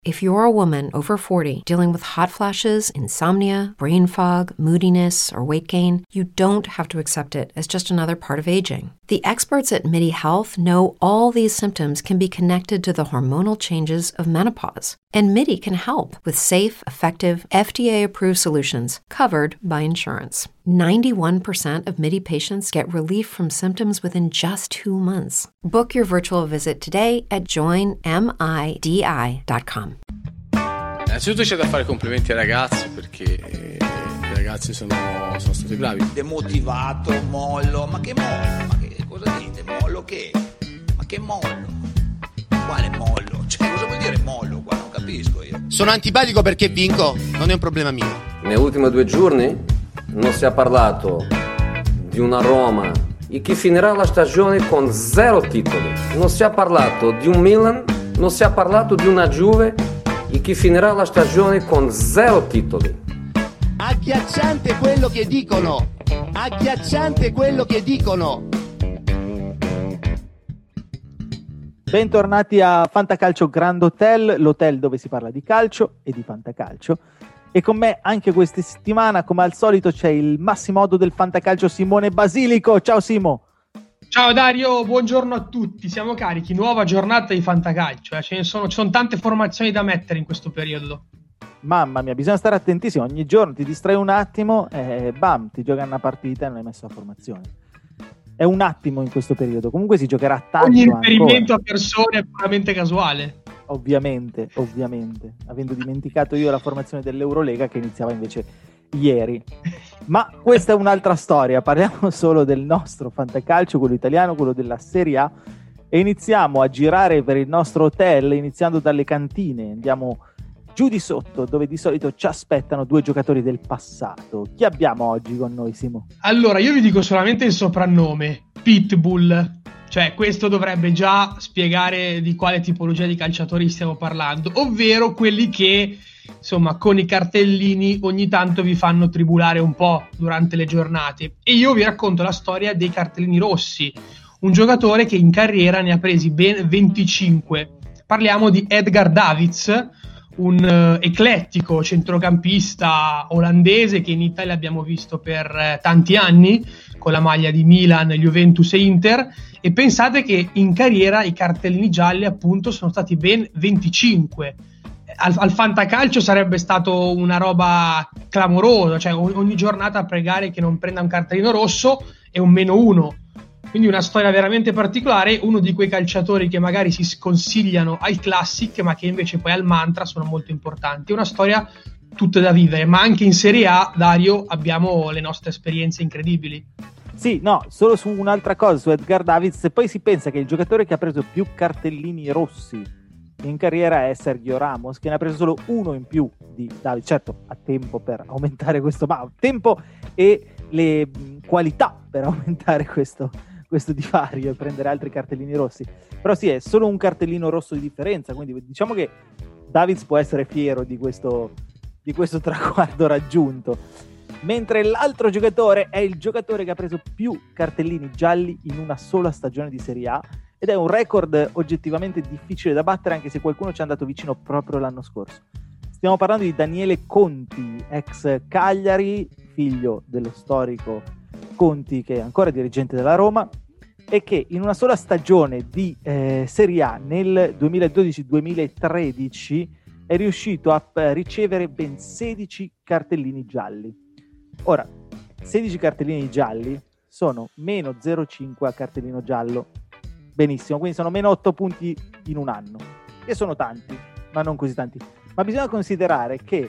If you're a woman over 40 dealing with hot flashes, insomnia, brain fog, moodiness, or weight gain, you don't have to accept it as just another part of aging. The experts at MIDI Health know all these symptoms can be connected to the hormonal changes of menopause. And MIDI can help with safe, effective, FDA-approved solutions covered by insurance. 91% of MIDI patients get relief from symptoms within just 2 months. Book your virtual visit today at joinmidi.com. Innanzitutto c'è da fare complimenti ai ragazzi perché i ragazzi sono stati bravi. Demotivato, mollo, ma che mollo? Ma che cosa dite? Mollo che? Ma che mollo? Quale mollo? Cioè, cosa vuol dire mollo qua? Non capisco io. Sono antipatico perché vinco, non è un problema mio. Negli ultimi 2 giorni non si è parlato di una Roma e che finirà la stagione con 0 titoli. Non si è parlato di un Milan, non si è parlato di una Juve e che finirà la stagione con 0 titoli. Agghiacciante quello che dicono. Agghiacciante quello che dicono. Bentornati a Fantacalcio Grand Hotel, l'hotel dove si parla di calcio e di fantacalcio. E con me anche questa settimana, come al solito, c'è il Massimodo del Fantacalcio, Simone Basilico. Ciao Simo! Ciao Dario, buongiorno a tutti, siamo carichi, nuova giornata di fantacalcio, ci sono tante formazioni da mettere in questo periodo. Mamma mia, bisogna stare attentissimo, ogni giorno ti distrai un attimo e bam, ti gioca una partita e non hai messo la formazione. È un attimo in questo periodo, comunque si giocherà tanto. Ogni riferimento ancora. A persone è puramente casuale. Ovviamente, avendo dimenticato io la formazione dell'Eurolega che iniziava invece ieri. Ma questa è un'altra storia, parliamo solo del nostro fantacalcio, quello italiano, quello della Serie A, e iniziamo a girare per il nostro hotel, iniziando dalle cantine. Andiamo giù di sotto, dove di solito ci aspettano 2 giocatori del passato. Chi abbiamo oggi con noi, Simo? Allora, io vi dico solamente il soprannome, Pitbull. Cioè, questo dovrebbe già spiegare di quale tipologia di calciatori stiamo parlando, ovvero quelli che, insomma, con i cartellini ogni tanto vi fanno tribulare un po' durante le giornate. E io vi racconto la storia dei cartellini rossi, un giocatore che in carriera ne ha presi ben 25. Parliamo di Edgar Davids, un eclettico centrocampista olandese che in Italia abbiamo visto per tanti anni con la maglia di Milan, Juventus e Inter, e pensate che in carriera i cartellini gialli appunto sono stati ben 25. Al fantacalcio sarebbe stato una roba clamorosa, cioè ogni giornata a pregare che non prenda un cartellino rosso e un -1. Quindi una storia veramente particolare, uno di quei calciatori che magari si sconsigliano al classic, ma che invece poi al mantra sono molto importanti. È una storia tutta da vivere, ma anche in Serie A, Dario, abbiamo le nostre esperienze incredibili. Sì, no, solo su un'altra cosa, su Edgar Davids, poi si pensa che il giocatore che ha preso più cartellini rossi in carriera è Sergio Ramos, che ne ha preso solo 1 in più di Davids. Certo, ha tempo per aumentare questo, ma tempo e le qualità per aumentare questo divario e prendere altri cartellini rossi. Però sì, è solo un cartellino rosso di differenza, quindi diciamo che Davids può essere fiero di questo traguardo raggiunto. Mentre l'altro giocatore è il giocatore che ha preso più cartellini gialli in una sola stagione di Serie A, ed è un record oggettivamente difficile da battere, anche se qualcuno ci è andato vicino proprio l'anno scorso. Stiamo parlando di Daniele Conti, ex Cagliari, figlio dello storico Conti che è ancora dirigente della Roma, e che in una sola stagione di Serie A nel 2012-2013 è riuscito a ricevere ben 16 cartellini gialli. Ora, 16 cartellini gialli sono meno 0,5 a cartellino giallo. Benissimo, quindi sono meno 8 punti in un anno, che sono tanti, ma non così tanti. Ma bisogna considerare che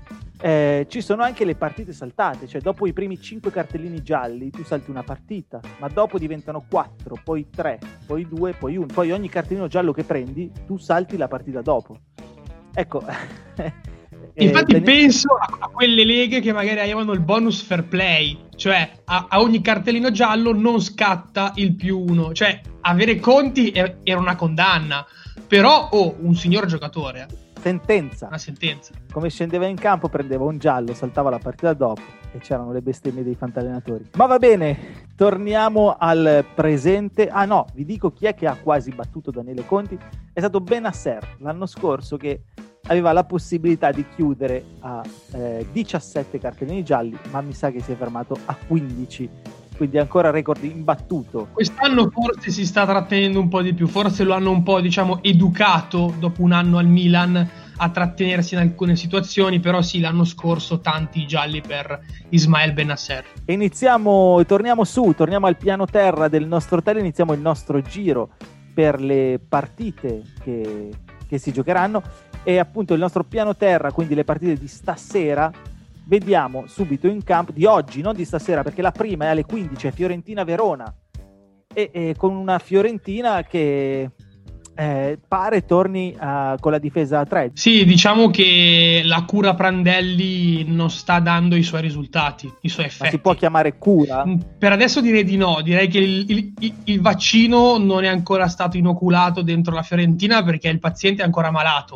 ci sono anche le partite saltate, cioè dopo i primi 5 cartellini gialli tu salti una partita, ma dopo diventano 4, poi 3, poi 2, poi 1, poi ogni cartellino giallo che prendi tu salti la partita dopo. Ecco. Infatti penso a quelle leghe che magari avevano il bonus fair play, cioè a ogni cartellino giallo non scatta il +1, cioè avere Conti era una condanna, però un signor giocatore. Sentenza. Una sentenza. Come scendeva in campo prendeva un giallo, saltava la partita dopo e c'erano le bestemmie dei fantallenatori. Ma va bene, torniamo al presente. Ah no, vi dico chi è che ha quasi battuto Daniele Conti. È stato Bennacer l'anno scorso, che aveva la possibilità di chiudere a 17 cartellini gialli, ma mi sa che si è fermato a 15, quindi ancora record imbattuto. Quest'anno forse si sta trattenendo un po' di più, forse lo hanno un po', diciamo, educato dopo un anno al Milan a trattenersi in alcune situazioni, però sì, l'anno scorso tanti gialli per Ismael Bennacer. E torniamo al piano terra del nostro hotel, iniziamo il nostro giro per le partite che si giocheranno, e appunto il nostro piano terra, quindi le partite di stasera. Vediamo subito in campo, di oggi, non di stasera, perché la prima è alle 15, è Fiorentina-Verona, e con una Fiorentina che pare torni con la difesa a 3. Sì, diciamo che la cura Prandelli non sta dando i suoi risultati, i suoi effetti. Ma si può chiamare cura? Per adesso direi di no, direi che il vaccino non è ancora stato inoculato dentro la Fiorentina perché il paziente è ancora malato.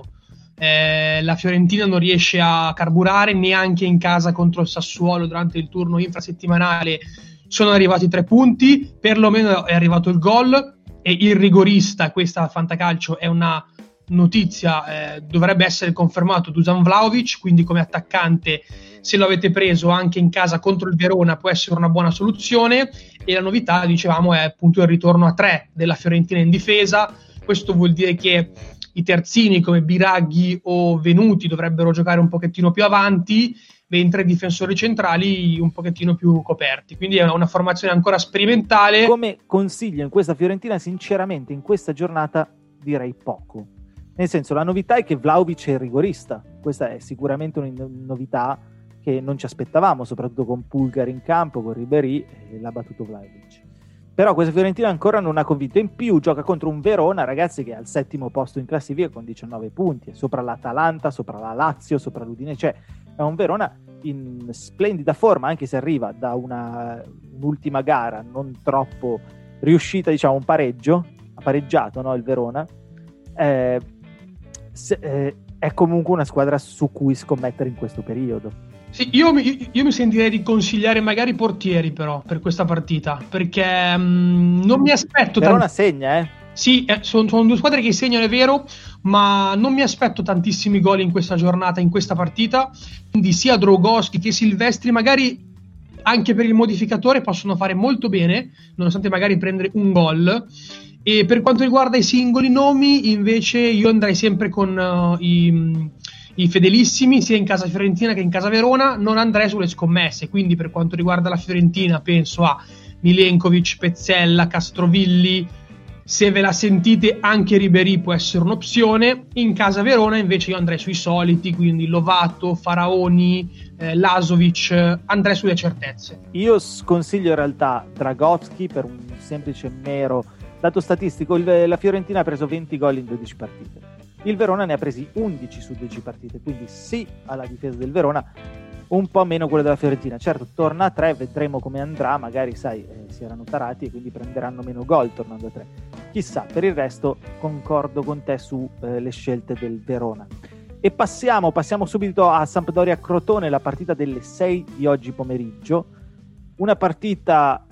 La Fiorentina non riesce a carburare neanche in casa contro il Sassuolo. Durante il turno infrasettimanale sono arrivati 3 punti, perlomeno è arrivato il gol, e il rigorista, questa al Fantacalcio è una notizia, dovrebbe essere confermato Dusan Vlahovic, quindi come attaccante, se lo avete preso anche in casa contro il Verona, può essere una buona soluzione. E la novità, dicevamo, è appunto il ritorno a 3 della Fiorentina in difesa. Questo vuol dire che i terzini come Biraghi o Venuti dovrebbero giocare un pochettino più avanti, mentre i difensori centrali un pochettino più coperti. Quindi è una formazione ancora sperimentale. Come consiglio in questa Fiorentina, sinceramente in questa giornata direi poco. Nel senso, la novità è che Vlahovic è il rigorista. Questa è sicuramente una novità che non ci aspettavamo, soprattutto con Pulgar in campo, con Ribéry, e l'ha battuto Vlahovic. Però questa Fiorentina ancora non ha convinto. In più gioca contro un Verona, ragazzi, che è al 7° posto in classifica con 19 punti, è sopra l'Atalanta, sopra la Lazio, sopra l'Udinese. Cioè è un Verona in splendida forma, anche se arriva da un'ultima gara non troppo riuscita, diciamo un pareggio, ha pareggiato, no, il Verona. È comunque una squadra su cui scommettere in questo periodo. Sì, io mi sentirei di consigliare magari i portieri però per questa partita, perché non mi aspetto Verona segna, Sì, sono 2 squadre che segnano, è vero, ma non mi aspetto tantissimi gol in questa giornata, in questa partita. Quindi sia Drogowski che Silvestri, magari anche per il modificatore, possono fare molto bene, nonostante magari prendere un gol. E per quanto riguarda i singoli nomi, invece, io andrei sempre con i fedelissimi, sia in casa Fiorentina che in casa Verona. Non andrei sulle scommesse, quindi per quanto riguarda la Fiorentina penso a Milenkovic, Pezzella, Castrovilli. Se ve la sentite anche Ribéry può essere un'opzione. In casa Verona invece io andrei sui soliti, quindi Lovato, Faraoni, Lazovic, andrei sulle certezze. Io sconsiglio in realtà Dragowski per un semplice mero dato statistico. La Fiorentina ha preso 20 gol in 12 partite, il Verona ne ha presi 11 su 12 partite, quindi sì alla difesa del Verona, un po' meno quello della Fiorentina. Certo, torna a 3, vedremo come andrà, magari sai, si erano tarati e quindi prenderanno meno gol tornando a 3. Chissà, per il resto concordo con te su le scelte del Verona. E passiamo subito a Sampdoria Crotone, la partita delle 6 di oggi pomeriggio. Una partita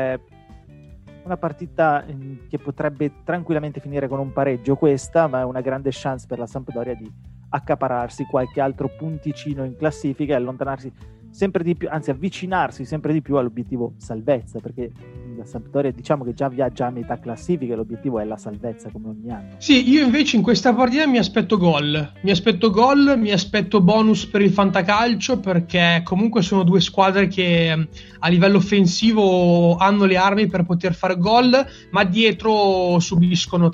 che potrebbe tranquillamente finire con un pareggio questa, ma è una grande chance per la Sampdoria di accapararsi qualche altro punticino in classifica e allontanarsi sempre di più, anzi avvicinarsi sempre di più all'obiettivo salvezza, perché la Sampdoria diciamo che già viaggia a metà classifica e l'obiettivo è la salvezza come ogni anno. Sì, io invece in questa partita mi aspetto gol, mi aspetto bonus per il Fantacalcio, perché comunque sono 2 squadre che a livello offensivo hanno le armi per poter fare gol, ma dietro subiscono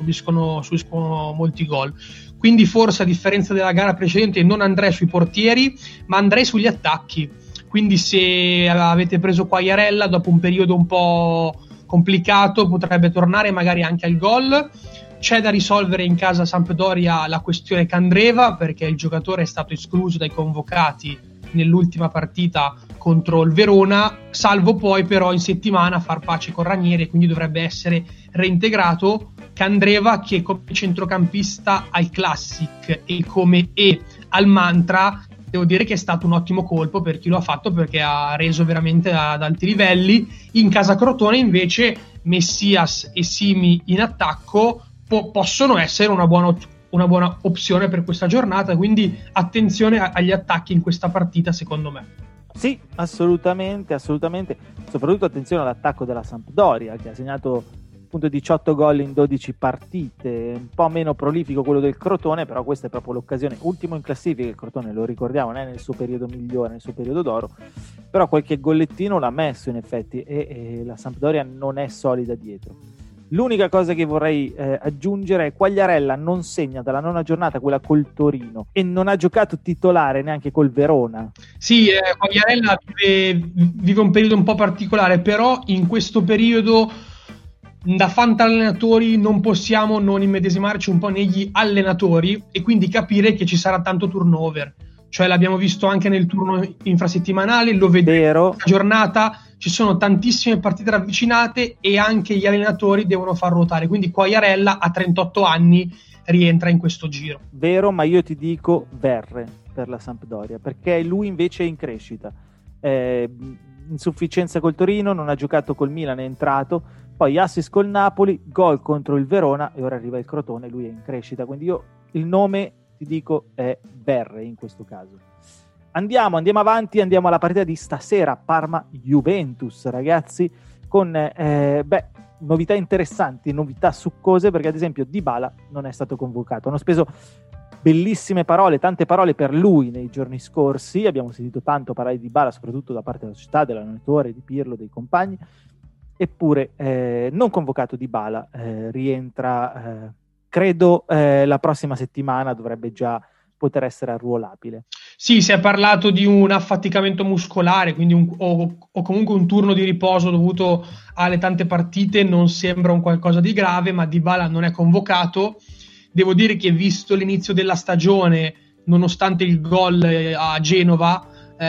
molti gol. Quindi forse a differenza della gara precedente non andrei sui portieri, ma andrei sugli attacchi. Quindi se avete preso Quagliarella dopo un periodo un po' complicato potrebbe tornare magari anche al gol. C'è da risolvere in casa Sampdoria la questione Candreva, perché il giocatore è stato escluso dai convocati nell'ultima partita contro il Verona, salvo poi però in settimana far pace con Ranieri, e quindi dovrebbe essere reintegrato. Candreva, che come centrocampista al Classic e come al Mantra, devo dire che è stato un ottimo colpo per chi lo ha fatto, perché ha reso veramente ad alti livelli. In casa Crotone invece Messias e Simi in attacco possono essere una buona una buona opzione per questa giornata, quindi attenzione agli attacchi in questa partita, secondo me. Sì, assolutamente, soprattutto attenzione all'attacco della Sampdoria, che ha segnato appunto 18 gol in 12 partite, un po' meno prolifico quello del Crotone, però questa è proprio l'occasione. Ultimo in classifica il Crotone, lo ricordiamo, non è nel suo periodo migliore, nel suo periodo d'oro, però qualche gollettino l'ha messo in effetti, e la Sampdoria non è solida dietro. L'unica cosa che vorrei aggiungere è Quagliarella non segna dalla 9ª giornata, quella col Torino, e non ha giocato titolare neanche col Verona. Sì, Quagliarella vive un periodo un po' particolare, però in questo periodo da fantallenatori non possiamo non immedesimarci un po' negli allenatori e quindi capire che ci sarà tanto turnover. Cioè l'abbiamo visto anche nel turno infrasettimanale, lo vedremo questa giornata, ci sono tantissime partite ravvicinate e anche gli allenatori devono far ruotare, quindi Quagliarella a 38 anni rientra in questo giro. Vero, ma io ti dico Verre per la Sampdoria, perché lui invece è in crescita, insufficienza col Torino, non ha giocato col Milan, è entrato, poi assist col Napoli, gol contro il Verona e ora arriva il Crotone, lui è in crescita, quindi io il nome ti dico è Verre in questo caso. Andiamo avanti, andiamo alla partita di stasera, Parma-Juventus, ragazzi, con novità interessanti, novità succose, perché ad esempio Dybala non è stato convocato. Hanno speso bellissime parole, tante parole per lui nei giorni scorsi, abbiamo sentito tanto parlare di Dybala, soprattutto da parte della società, dell'allenatore, di Pirlo, dei compagni, eppure non convocato Dybala, rientra credo la prossima settimana, dovrebbe già poter essere arruolabile. Sì, si è parlato di un affaticamento muscolare, quindi o comunque un turno di riposo dovuto alle tante partite, non sembra un qualcosa di grave, ma Dybala non è convocato. Devo dire che visto l'inizio della stagione, nonostante il gol a Genova,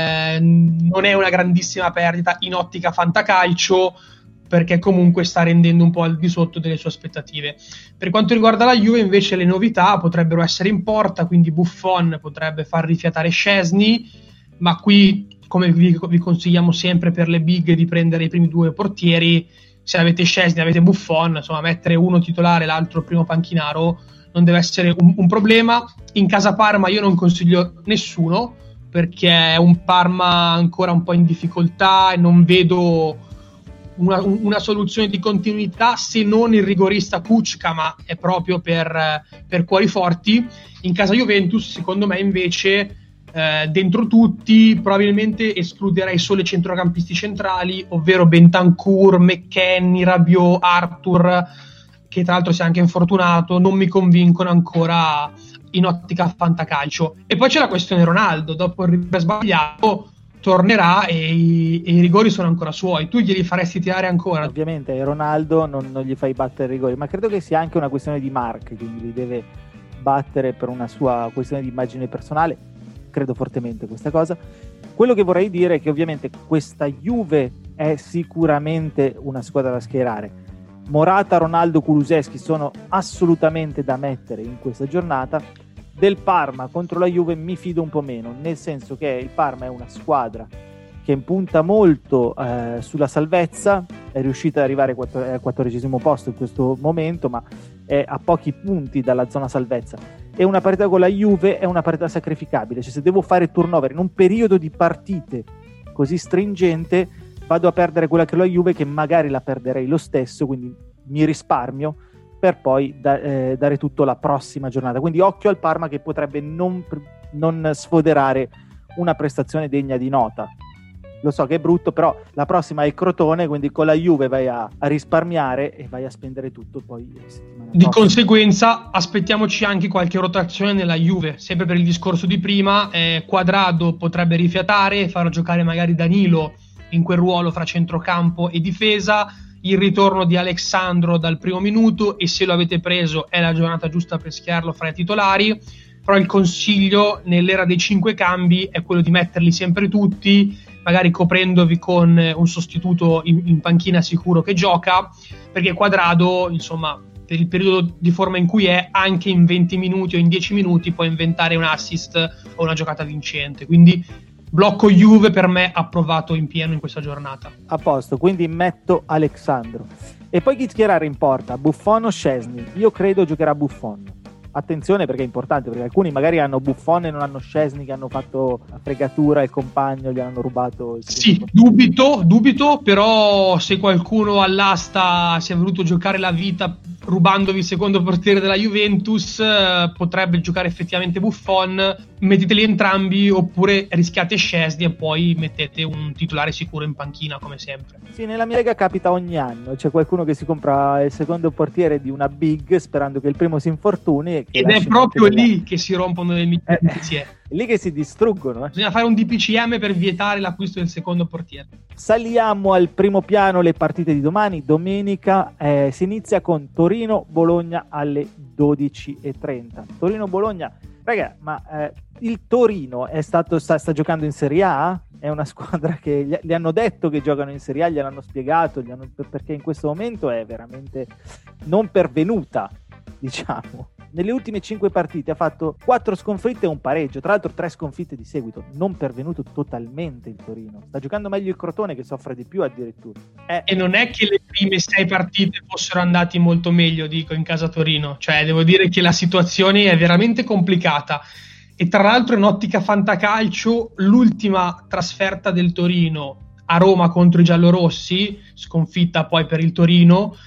non è una grandissima perdita in ottica fantacalcio, perché comunque sta rendendo un po' al di sotto delle sue aspettative. Per quanto riguarda la Juve invece le novità potrebbero essere in porta, quindi Buffon potrebbe far rifiatare Szczesny, ma qui come vi consigliamo sempre per le big di prendere i primi due portieri, se avete Szczesny avete Buffon, insomma mettere uno titolare e l'altro primo panchinaro non deve essere un problema. In casa Parma io non consiglio nessuno, perché è un Parma ancora un po' in difficoltà e non vedo una soluzione di continuità se non il rigorista Kučka, ma è proprio per cuori forti. In casa Juventus secondo me invece dentro tutti probabilmente escluderei solo i centrocampisti centrali, ovvero Bentancur, McKennie, Rabiot, Arthur, che tra l'altro si è anche infortunato, non mi convincono ancora in ottica fantacalcio. E poi c'è la questione Ronaldo, dopo il rigore sbagliato tornerà e i rigori sono ancora suoi. Tu glieli faresti tirare ancora? Ovviamente Ronaldo non gli fai battere i rigori, ma credo che sia anche una questione di marketing, li deve battere per una sua questione di immagine personale, credo fortemente questa cosa. Quello che vorrei dire è che ovviamente questa Juve è sicuramente una squadra da schierare. Morata, Ronaldo, Kulusevski sono assolutamente da mettere in questa giornata. Del Parma contro la Juve mi fido un po' meno, nel senso che il Parma è una squadra che punta molto sulla salvezza, è riuscita ad arrivare al 14° posto in questo momento, ma è a pochi punti dalla zona salvezza. E una partita con la Juve è una partita sacrificabile, cioè se devo fare turnover in un periodo di partite così stringente vado a perdere quella che è la Juve, che magari la perderei lo stesso, quindi mi risparmio per poi dare tutto la prossima giornata. Quindi occhio al Parma, che potrebbe non sfoderare una prestazione degna di nota. Lo so che è brutto, però la prossima è il Crotone, quindi con la Juve vai a risparmiare e vai a spendere tutto poi settimana di prossima. Conseguenza aspettiamoci anche qualche rotazione nella Juve, sempre per il discorso di prima. Quadrado potrebbe rifiatare e far giocare magari Danilo in quel ruolo fra centrocampo e difesa, il ritorno di Alexandro dal primo minuto, e se lo avete preso è la giornata giusta per schierarlo fra i titolari. Però il consiglio nell'era dei 5 cambi è quello di metterli sempre tutti, magari coprendovi con un sostituto in panchina sicuro che gioca, perché Quadrado, insomma, per il periodo di forma in cui è, anche in 20 minuti o in 10 minuti può inventare un assist o una giocata vincente. Quindi blocco Juve per me approvato in pieno in questa giornata. A posto, quindi metto Alexandro. E poi chi schierare in porta? Buffon o Szczesny? Io credo giocherà Buffon. attenzione perché è importante, perché alcuni magari hanno Buffon e non hanno Szczesny, che hanno fatto la fregatura, il compagno gli hanno rubato il sì, dubito, però se qualcuno all'asta si è voluto giocare la vita rubandovi il secondo portiere della Juventus, potrebbe giocare effettivamente Buffon, metteteli entrambi oppure rischiate Szczesny e poi mettete un titolare sicuro in panchina come sempre. Sì, nella mia lega capita ogni anno, c'è qualcuno che si compra il secondo portiere di una big sperando che il primo si infortuni ed è proprio lì che si rompono le amicizie. È lì che si distruggono. Bisogna fare un DPCM per vietare l'acquisto del secondo portiere. Saliamo al primo piano le partite di domani. Domenica si inizia con Torino-Bologna alle 12:30. Torino-Bologna, raga, ma il Torino sta giocando in Serie A? È una squadra che gli hanno detto che giocano in Serie A, gliel'hanno spiegato, perché in questo momento è veramente non pervenuta, diciamo. Nelle ultime 5 partite ha fatto 4 sconfitte e un pareggio, tra l'altro 3 sconfitte di seguito, non pervenuto totalmente il Torino. Sta giocando meglio il Crotone, che soffre di più addirittura. E non è che le prime 6 partite fossero andati molto meglio, dico, in casa Torino, cioè devo dire che la situazione è veramente complicata. E tra l'altro in ottica fantacalcio l'ultima trasferta del Torino a Roma contro i giallorossi, sconfitta poi per il Torino,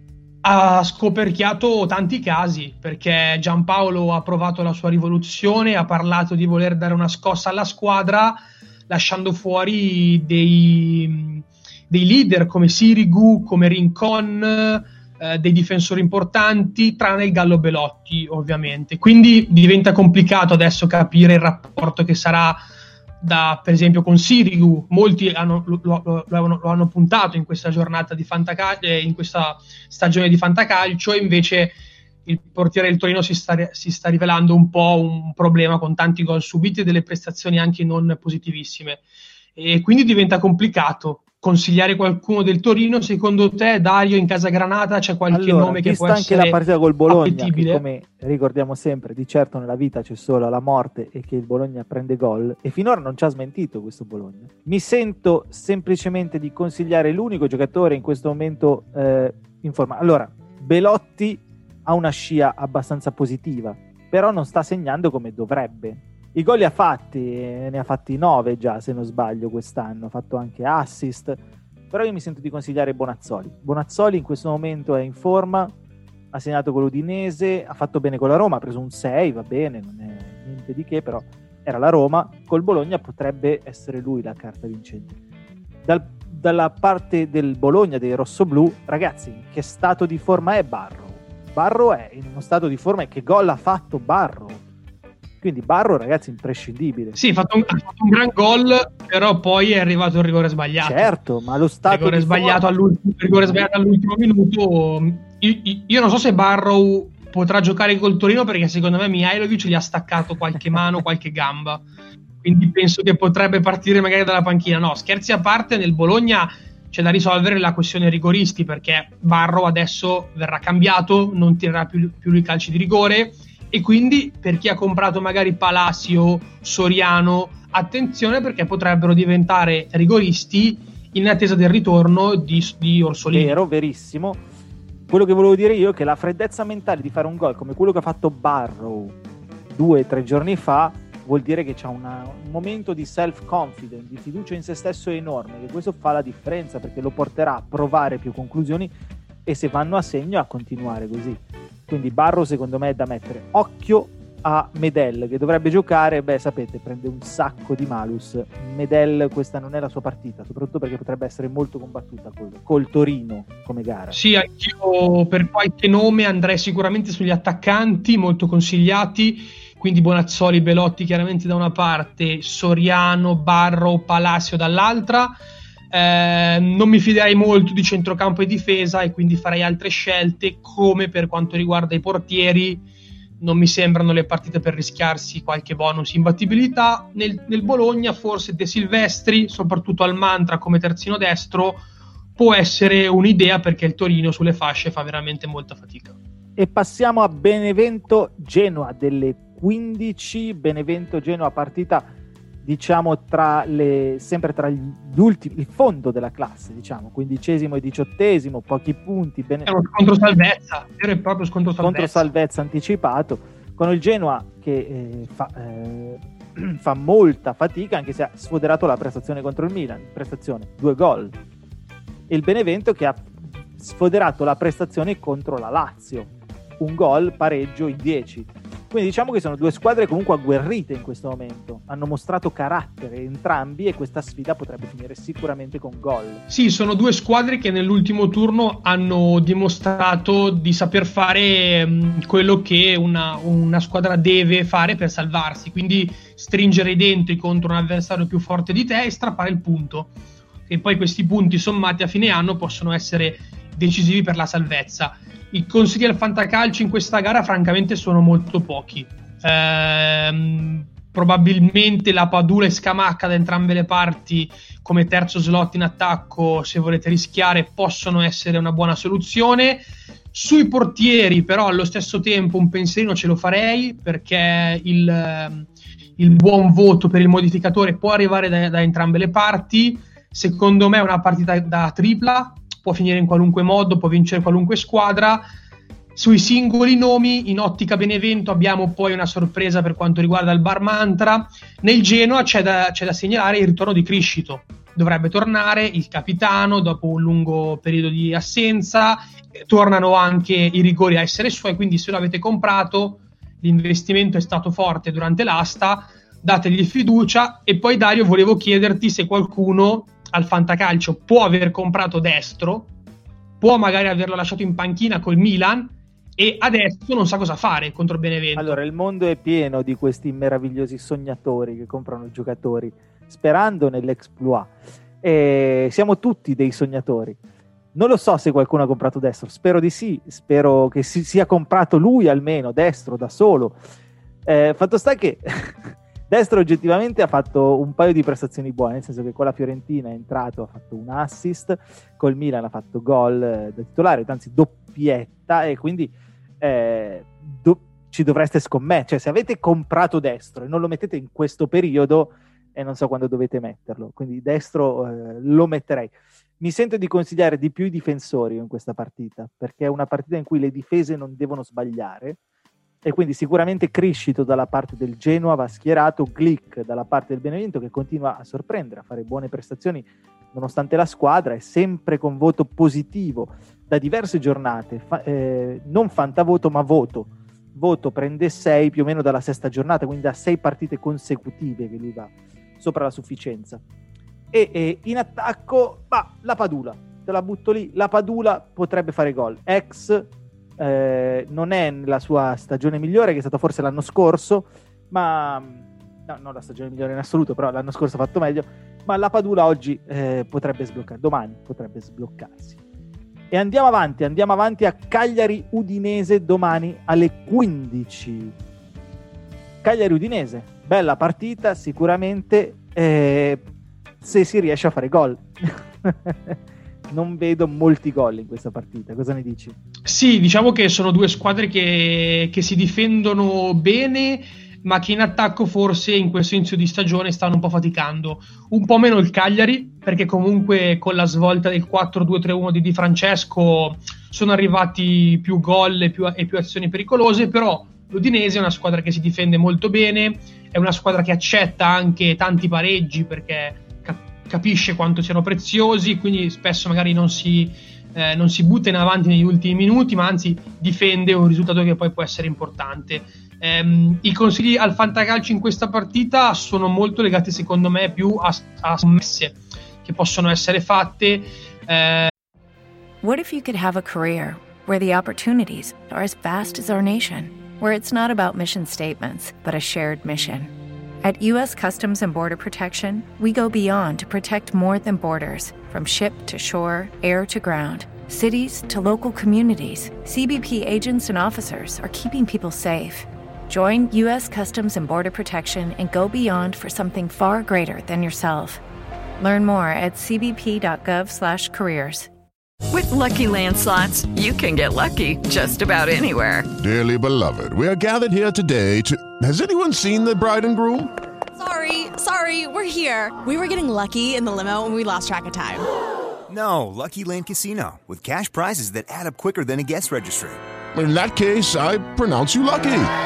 ha scoperchiato tanti casi, perché Giampaolo ha provato la sua rivoluzione, ha parlato di voler dare una scossa alla squadra, lasciando fuori dei leader come Sirigu, come Rincon, dei difensori importanti, tranne il Gallo Belotti ovviamente. Quindi diventa complicato adesso capire il rapporto che sarà per esempio con Sirigu. Molti lo hanno puntato in questa giornata di in questa stagione di fantacalcio, e invece il portiere del Torino si sta rivelando un po' un problema, con tanti gol subiti e delle prestazioni anche non positivissime, e quindi diventa complicato consigliare qualcuno del Torino. Secondo te, Dario, in casa Granata c'è qualche nome che può essere anche la partita col Bologna, appetibile? Che, come ricordiamo sempre, di certo nella vita c'è solo la morte e che il Bologna prende gol, e finora non ci ha smentito questo Bologna. Mi sento semplicemente di consigliare l'unico giocatore in questo momento in forma. Allora, Belotti ha una scia abbastanza positiva, però non sta segnando come dovrebbe. I gol li ha fatti, ne ha fatti 9 già se non sbaglio quest'anno, ha fatto anche assist, però io mi sento di consigliare Bonazzoli in questo momento è in forma, ha segnato con l'Udinese, ha fatto bene con la Roma, ha preso un 6, va bene, non è niente di che, però era la Roma. Col Bologna potrebbe essere lui la carta vincente. Dalla parte del Bologna, dei rossoblù, ragazzi, che stato di forma è Barro è in uno stato di forma, e che gol ha fatto Barro. Quindi Barro, ragazzi, imprescindibile. Sì, ha fatto un gran gol, però poi è arrivato il rigore sbagliato. Certo, ma lo stato rigore sbagliato all'ultimo minuto. Io non so se Barrow potrà giocare col Torino, perché secondo me Mihajlovic gli ha staccato qualche mano, qualche gamba. Quindi penso che potrebbe partire magari dalla panchina. No, scherzi a parte, nel Bologna c'è da risolvere la questione rigoristi, perché Barrow adesso verrà cambiato, non tirerà più i calci di rigore. E quindi per chi ha comprato magari Palacio, Soriano, attenzione, perché potrebbero diventare rigoristi in attesa del ritorno di Orsolini. Vero, verissimo. Quello che volevo dire io è che la freddezza mentale di fare un gol come quello che ha fatto Barrow 2 o 3 giorni fa vuol dire che c'ha un momento di self-confidence, di fiducia in se stesso enorme, che questo fa la differenza, perché lo porterà a provare più conclusioni, e se vanno a segno a continuare così. Quindi Barro secondo me è da mettere. Occhio a Medel, che dovrebbe giocare, sapete, prende un sacco di malus. Medel, questa non è la sua partita, soprattutto perché potrebbe essere molto combattuta col Torino come gara. Sì, anch'io per qualche nome andrei sicuramente sugli attaccanti, molto consigliati, quindi Bonazzoli, Belotti chiaramente da una parte, Soriano, Barro, Palacio dall'altra. Non mi fiderei molto di centrocampo e difesa, e quindi farei altre scelte, come per quanto riguarda i portieri non mi sembrano le partite per rischiarsi qualche bonus imbattibilità. Nel Bologna forse De Silvestri, soprattutto al mantra come terzino destro, può essere un'idea, perché il Torino sulle fasce fa veramente molta fatica. E passiamo a Benevento-Genoa delle 15. Benevento-Genoa, partita diciamo sempre tra gli ultimi, il fondo della classe, diciamo 15° e 18°, pochi punti. È uno scontro salvezza, vero e proprio scontro salvezza anticipato. con il Genoa che fa molta fatica, anche se ha sfoderato la prestazione contro il Milan, 2 gol, e il Benevento che ha sfoderato la prestazione contro la Lazio, 1 gol, pareggio in 10. Quindi diciamo che sono 2 squadre comunque agguerrite in questo momento, hanno mostrato carattere entrambi e questa sfida potrebbe finire sicuramente con gol. Sì, sono 2 squadre che nell'ultimo turno hanno dimostrato di saper fare quello che una squadra deve fare per salvarsi, quindi stringere i denti contro un avversario più forte di te e strappare il punto, e poi questi punti sommati a fine anno possono essere decisivi per la salvezza. I consigli al fantacalcio in questa gara francamente sono molto pochi. Probabilmente la Padula e Scamacca da entrambe le parti come terzo slot in attacco, se volete rischiare, possono essere una buona soluzione. Sui portieri però allo stesso tempo un pensierino ce lo farei, perché il buon voto per il modificatore può arrivare da entrambe le parti. Secondo me è una partita da tripla, può finire in qualunque modo, può vincere qualunque squadra. Sui singoli nomi, in ottica Benevento abbiamo poi una sorpresa per quanto riguarda il Bar Mantra. Nel Genoa c'è da segnalare il ritorno di Criscito. Dovrebbe tornare il capitano dopo un lungo periodo di assenza, tornano anche i rigori a essere suoi, quindi se lo avete comprato, l'investimento è stato forte durante l'asta, dategli fiducia. E poi Dario, volevo chiederti se qualcuno al fantacalcio può aver comprato Destro, può magari averlo lasciato in panchina col Milan e adesso non sa cosa fare contro Benevento. Allora, il mondo è pieno di questi meravigliosi sognatori che comprano giocatori sperando nell'exploit, e siamo tutti dei sognatori. Non lo so se qualcuno ha comprato Destro, spero di sì, spero che si sia comprato lui almeno, Destro da solo. Fatto sta che Destro oggettivamente ha fatto un paio di prestazioni buone, nel senso che con la Fiorentina è entrato, ha fatto un assist, col Milan ha fatto gol da titolare, anzi doppietta, e quindi ci dovreste scommettere. Cioè, se avete comprato Destro e non lo mettete in questo periodo, non so quando dovete metterlo, quindi Destro lo metterei. Mi sento di consigliare di più i difensori in questa partita, perché è una partita in cui le difese non devono sbagliare, e quindi sicuramente Criscito dalla parte del Genoa va schierato, Glick dalla parte del Benevento, che continua a sorprendere, a fare buone prestazioni nonostante la squadra è sempre con voto positivo da diverse giornate, non fantavoto ma voto prende 6 più o meno dalla sesta giornata, quindi da 6 partite consecutive che lui va sopra la sufficienza. E in attacco la Padula, te la butto lì, la Padula potrebbe fare gol, non è la sua stagione migliore, che è stata forse l'anno scorso, ma no, non la stagione migliore in assoluto, però l'anno scorso ha fatto meglio, ma la Padula oggi potrebbe sbloccare, domani potrebbe sbloccarsi. E andiamo avanti a Cagliari-Udinese domani alle 15. Cagliari-Udinese, bella partita sicuramente, se si riesce a fare gol. Non vedo molti gol in questa partita, cosa ne dici? Sì, diciamo che sono 2 squadre che si difendono bene, ma che in attacco forse in questo inizio di stagione stanno un po' faticando. Un po' meno il Cagliari, perché comunque con la svolta del 4-2-3-1 di Di Francesco sono arrivati più gol e più azioni pericolose, però l'Udinese è una squadra che si difende molto bene, è una squadra che accetta anche tanti pareggi perché capisce quanto siano preziosi, quindi spesso magari non si butta in avanti negli ultimi minuti, ma anzi difende un risultato che poi può essere importante. I consigli al fantacalcio in questa partita sono molto legati secondo me più a scommesse che possono essere fatte. What if you could have a career where the opportunities are as vast as our nation, where it's not about mission statements, but a shared mission? At U.S. Customs and Border Protection, we go beyond to protect more than borders. From ship to shore, air to ground, cities to local communities, CBP agents and officers are keeping people safe. Join U.S. Customs and Border Protection and go beyond for something far greater than yourself. Learn more at cbp.gov/careers. With Lucky Land Slots, you can get lucky just about anywhere. Dearly beloved, we are gathered here today to... Has anyone seen the bride and groom? Sorry, we're here. We were getting lucky in the limo and we lost track of time. No, Lucky Land Casino, with cash prizes that add up quicker than a guest registry. In that case, I pronounce you lucky.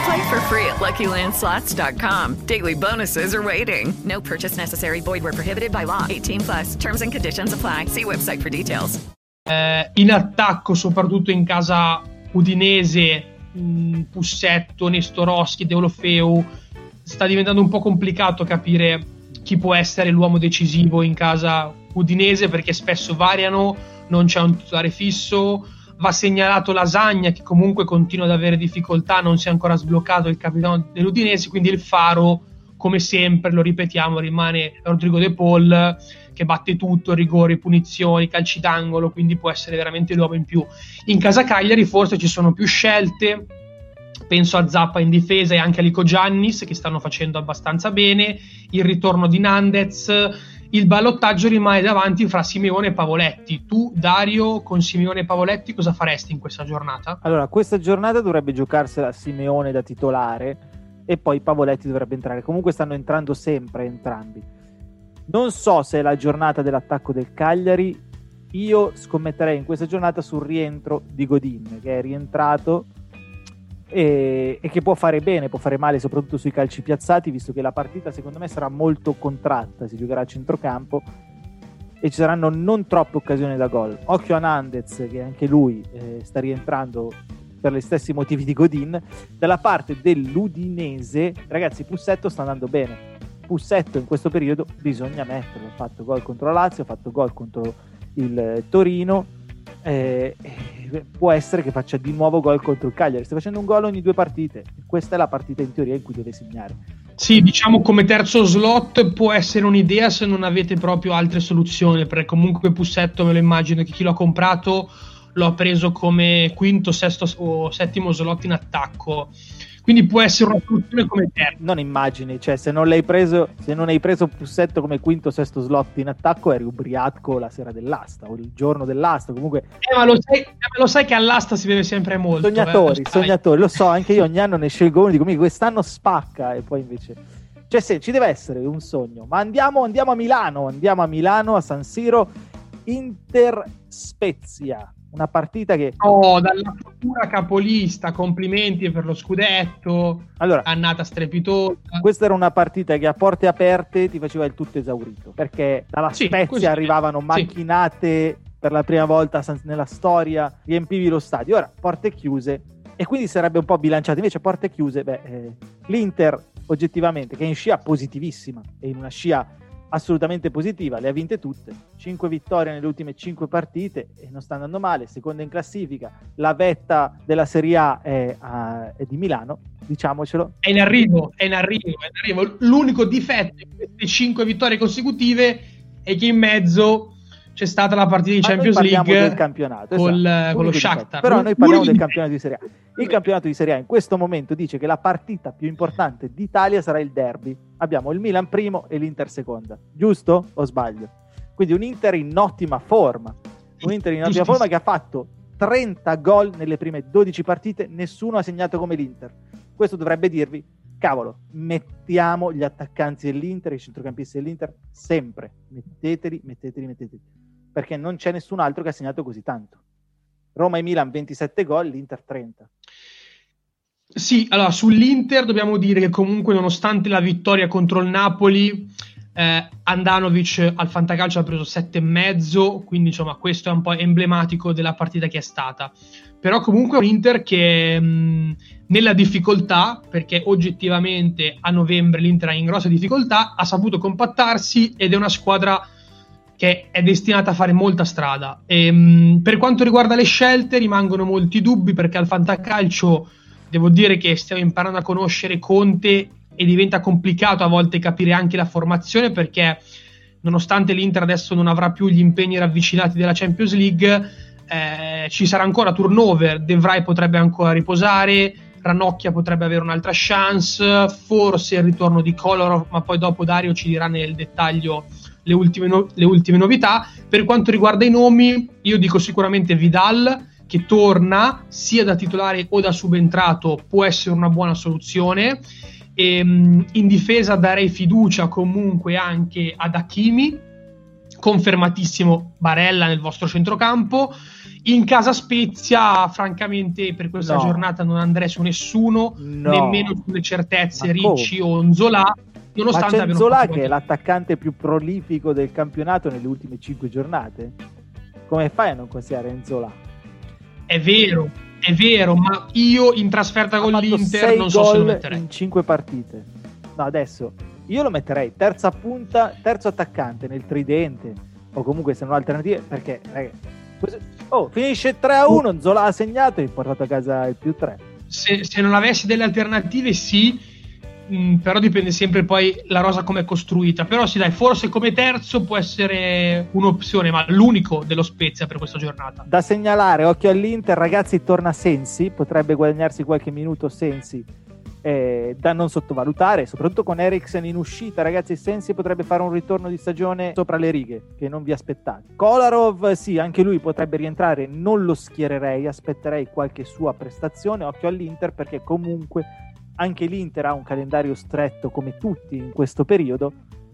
Play for free at LuckyLandSlots.com. Daily bonuses are waiting. No purchase necessary. Void where prohibited by law. 18+. Terms and conditions apply. See website for details. In attacco, soprattutto in casa udinese, Pussetto, Nestorowski, Deulofeu, sta diventando un po' complicato capire chi può essere l'uomo decisivo in casa udinese, perché spesso variano, non c'è un titolare fisso. Va segnalato Lasagna, che comunque continua ad avere difficoltà, non si è ancora sbloccato il capitano dell'Udinese, quindi il faro, come sempre, lo ripetiamo, rimane Rodrigo De Paul, che batte tutto, rigori, punizioni, calci d'angolo, quindi può essere veramente l'uomo in più. In casa Cagliari forse ci sono più scelte, penso a Zappa in difesa e anche a Lico Giannis, che stanno facendo abbastanza bene, il ritorno di Nandez. Il ballottaggio rimane davanti fra Simeone e Pavoletti. Tu, Dario, con Simeone e Pavoletti cosa faresti in questa giornata? Allora, questa giornata dovrebbe giocarsela Simeone da titolare e poi Pavoletti dovrebbe entrare. Comunque stanno entrando sempre entrambi. Non so se è la giornata dell'attacco del Cagliari. Io scommetterei in questa giornata sul rientro di Godin, che è rientrato e che può fare bene, può fare male soprattutto sui calci piazzati, visto che la partita secondo me sarà molto contratta, si giocherà a centrocampo e ci saranno non troppe occasioni da gol. Occhio a Nandez, che anche lui sta rientrando per gli stessi motivi di Godin. Dalla parte dell'Udinese, ragazzi, Pussetto sta andando bene. Pussetto in questo periodo bisogna metterlo, ha fatto gol contro la Lazio, ha fatto gol contro il Torino, può essere che faccia di nuovo gol contro il Cagliari. Sta facendo un gol ogni 2 partite, questa è la partita in teoria in cui deve segnare. Sì, diciamo come terzo slot può essere un'idea se non avete proprio altre soluzioni, perché comunque Pussetto me lo immagino che chi l'ha comprato lo ha preso come quinto, sesto o settimo slot in attacco, quindi può essere una soluzione come terzo. Non immagini, cioè se non hai preso Pussetto come quinto o sesto slot in attacco, eri ubriaco la sera dell'asta o il giorno dell'asta, comunque. Ma lo sai che all'asta si beve sempre molto. Sognatori, lo so, anche io ogni anno ne scelgo uno, dico quest'anno spacca, e poi invece, cioè se ci deve essere un sogno. Ma andiamo a Milano, a San Siro, Inter Spezia. Una partita che... dalla futura capolista, complimenti per lo scudetto, allora, annata strepitosa. Questa era una partita che a porte aperte ti faceva il tutto esaurito, perché dalla Spezia arrivavano macchinate per la prima volta nella storia, riempivi lo stadio. Ora, porte chiuse, e quindi sarebbe un po' bilanciato. Invece porte chiuse, l'Inter oggettivamente, che è in scia positivissima, e in una scia assolutamente positiva, le ha vinte tutte, 5 vittorie nelle ultime 5 partite e non sta andando male, seconda in classifica. La vetta della Serie A è di Milano, diciamocelo. È in arrivo. L'unico difetto di queste 5 vittorie consecutive è che in mezzo c'è stata la partita di Champions League del campionato, con lo Shakhtar. Però noi parliamo del campionato di Serie A. Il campionato di Serie A in questo momento dice che la partita più importante d'Italia sarà il derby. Abbiamo il Milan primo e l'Inter seconda. Giusto o sbaglio? Quindi un Inter in ottima forma. Che ha fatto 30 gol nelle prime 12 partite, nessuno ha segnato come l'Inter. Questo dovrebbe dirvi, cavolo, mettiamo gli attaccanti dell'Inter, i centrocampisti dell'Inter, sempre. Metteteli. Perché non c'è nessun altro che ha segnato così tanto. Roma e Milan 27 gol, l'Inter 30. Sì, allora sull'Inter dobbiamo dire che comunque nonostante la vittoria contro il Napoli, Andanovic al fantacalcio ha preso 7,5, quindi insomma questo è un po' emblematico della partita che è stata. Però comunque è un Inter che nella difficoltà, perché oggettivamente a novembre l'Inter è in grossa difficoltà, ha saputo compattarsi ed è una squadra che è destinata a fare molta strada. Per quanto riguarda le scelte rimangono molti dubbi, perché al fantacalcio devo dire che stiamo imparando a conoscere Conte e diventa complicato a volte capire anche la formazione, perché nonostante l'Inter adesso non avrà più gli impegni ravvicinati della Champions League, ci sarà ancora turnover. De Vrij potrebbe ancora riposare, Ranocchia potrebbe avere un'altra chance, forse il ritorno di Kolarov, ma poi dopo Dario ci dirà nel dettaglio le ultime novità. Per quanto riguarda i nomi, io dico sicuramente Vidal, che torna sia da titolare o da subentrato, può essere una buona soluzione. In difesa darei fiducia comunque anche ad Hakimi, confermatissimo Barella nel vostro centrocampo. In casa Spezia, francamente, per questa giornata non andrei su nessuno, nemmeno sulle certezze Ricci o Nzola. Nonostante ma c'è Nzola che è l'attaccante più prolifico del campionato nelle ultime 5 giornate. Come fai a non considerare Nzola? È vero, ma io in trasferta con l'Inter non so se lo metterei. In 5 partite. No, adesso io lo metterei terza punta, terzo attaccante nel tridente, o comunque se non alternative, perché finisce 3-1, Nzola ha segnato e portato a casa il +3. Se non avessi delle alternative sì, però dipende sempre poi la rosa come è costruita. Però sì, dai, forse come terzo può essere un'opzione, ma l'unico dello Spezia per questa giornata. Da segnalare, occhio all'Inter, ragazzi, torna Sensi, potrebbe guadagnarsi qualche minuto Sensi, da non sottovalutare, soprattutto con Eriksen in uscita. Ragazzi, Sensi potrebbe fare un ritorno di stagione sopra le righe che non vi aspettate. Kolarov, sì, anche lui potrebbe rientrare, non lo schiererei, aspetterei qualche sua prestazione. Occhio all'Inter, perché comunque anche l'Inter ha un calendario stretto come tutti in questo periodo,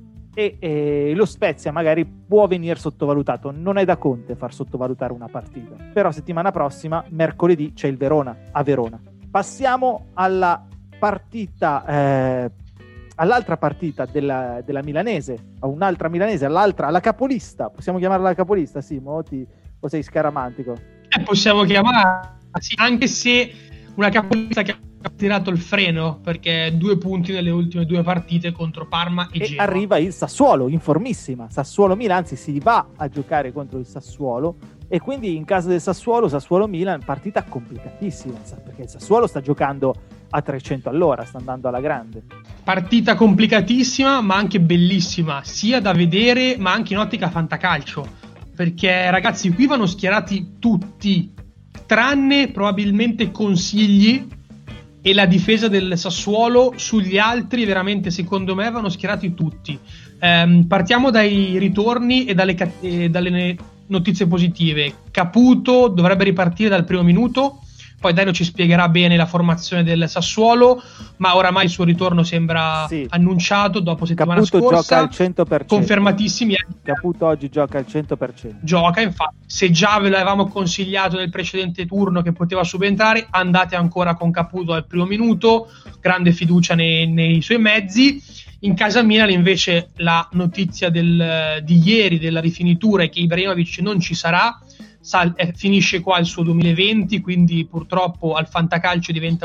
e lo Spezia magari può venire sottovalutato. Non è da Conte far sottovalutare una partita, però settimana prossima, mercoledì, c'è il Verona a Verona. Passiamo alla partita, all'altra partita della milanese, a un'altra milanese, alla capolista. Possiamo chiamarla la capolista, Simo? O sei scaramantico? Possiamo chiamarla, sì, anche se una capolista che ha tirato il freno, perché 2 punti nelle ultime 2 partite contro Parma e Genoa. Arriva il Sassuolo in formissima, Sassuolo-Milan, anzi si va a giocare contro il Sassuolo, e quindi in caso del Sassuolo-Milan partita complicatissima, perché il Sassuolo sta giocando a 300 all'ora, sta andando alla grande. Partita complicatissima ma anche bellissima, sia da vedere ma anche in ottica fantacalcio, perché ragazzi qui vanno schierati tutti, tranne probabilmente Consigli e la difesa del Sassuolo. Sugli altri veramente secondo me vanno schierati tutti. Partiamo dai ritorni e dalle notizie positive. Caputo dovrebbe ripartire dal primo minuto, poi Dario ci spiegherà bene la formazione del Sassuolo, ma oramai il suo ritorno sembra annunciato dopo settimana Caputo scorsa. Gioca al 100%. Confermatissimi. Caputo oggi gioca al 100%. Gioca, infatti. Se già ve l'avevamo consigliato nel precedente turno che poteva subentrare, andate ancora con Caputo al primo minuto, grande fiducia nei suoi mezzi. In casa Milan invece la notizia di ieri della rifinitura è che Ibrahimovic non ci sarà. Finisce qua il suo 2020, quindi purtroppo al fantacalcio diventa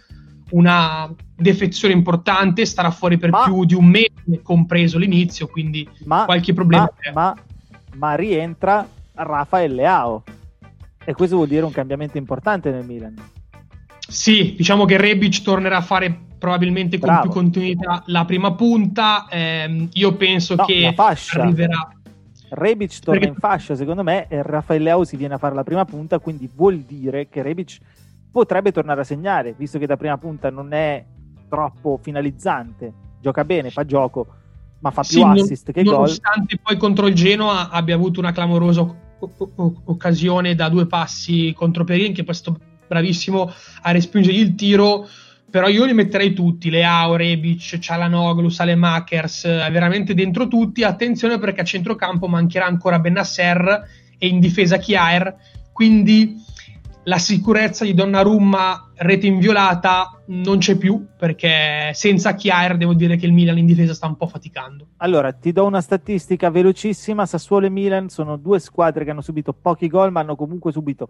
una defezione importante, starà fuori per più di un mese, compreso l'inizio, quindi qualche problema ma rientra Rafael Leao, e questo vuol dire un cambiamento importante nel Milan. Sì, diciamo che Rebic tornerà a fare probabilmente con più continuità la prima punta. Io penso che arriverà. Rebic torna in fascia, secondo me, e Rafael Leao si viene a fare la prima punta, quindi vuol dire che Rebic potrebbe tornare a segnare, visto che da prima punta non è troppo finalizzante, gioca bene, fa gioco, ma fa più assist che gol. Nonostante poi contro il Genoa abbia avuto una clamorosa occasione da 2 passi contro Perin, che poi è stato bravissimo a respingergli il tiro. Però io li metterei tutti, Leao, Rebic, Çalhanoğlu, Saelemaekers, veramente dentro tutti. Attenzione perché a centrocampo mancherà ancora Bennacer e in difesa Kjaer, quindi la sicurezza di Donnarumma, rete inviolata, non c'è più, perché senza Kjaer devo dire che il Milan in difesa sta un po' faticando. Allora, ti do una statistica velocissima. Sassuolo e Milan sono 2 squadre che hanno subito pochi gol, ma hanno comunque subito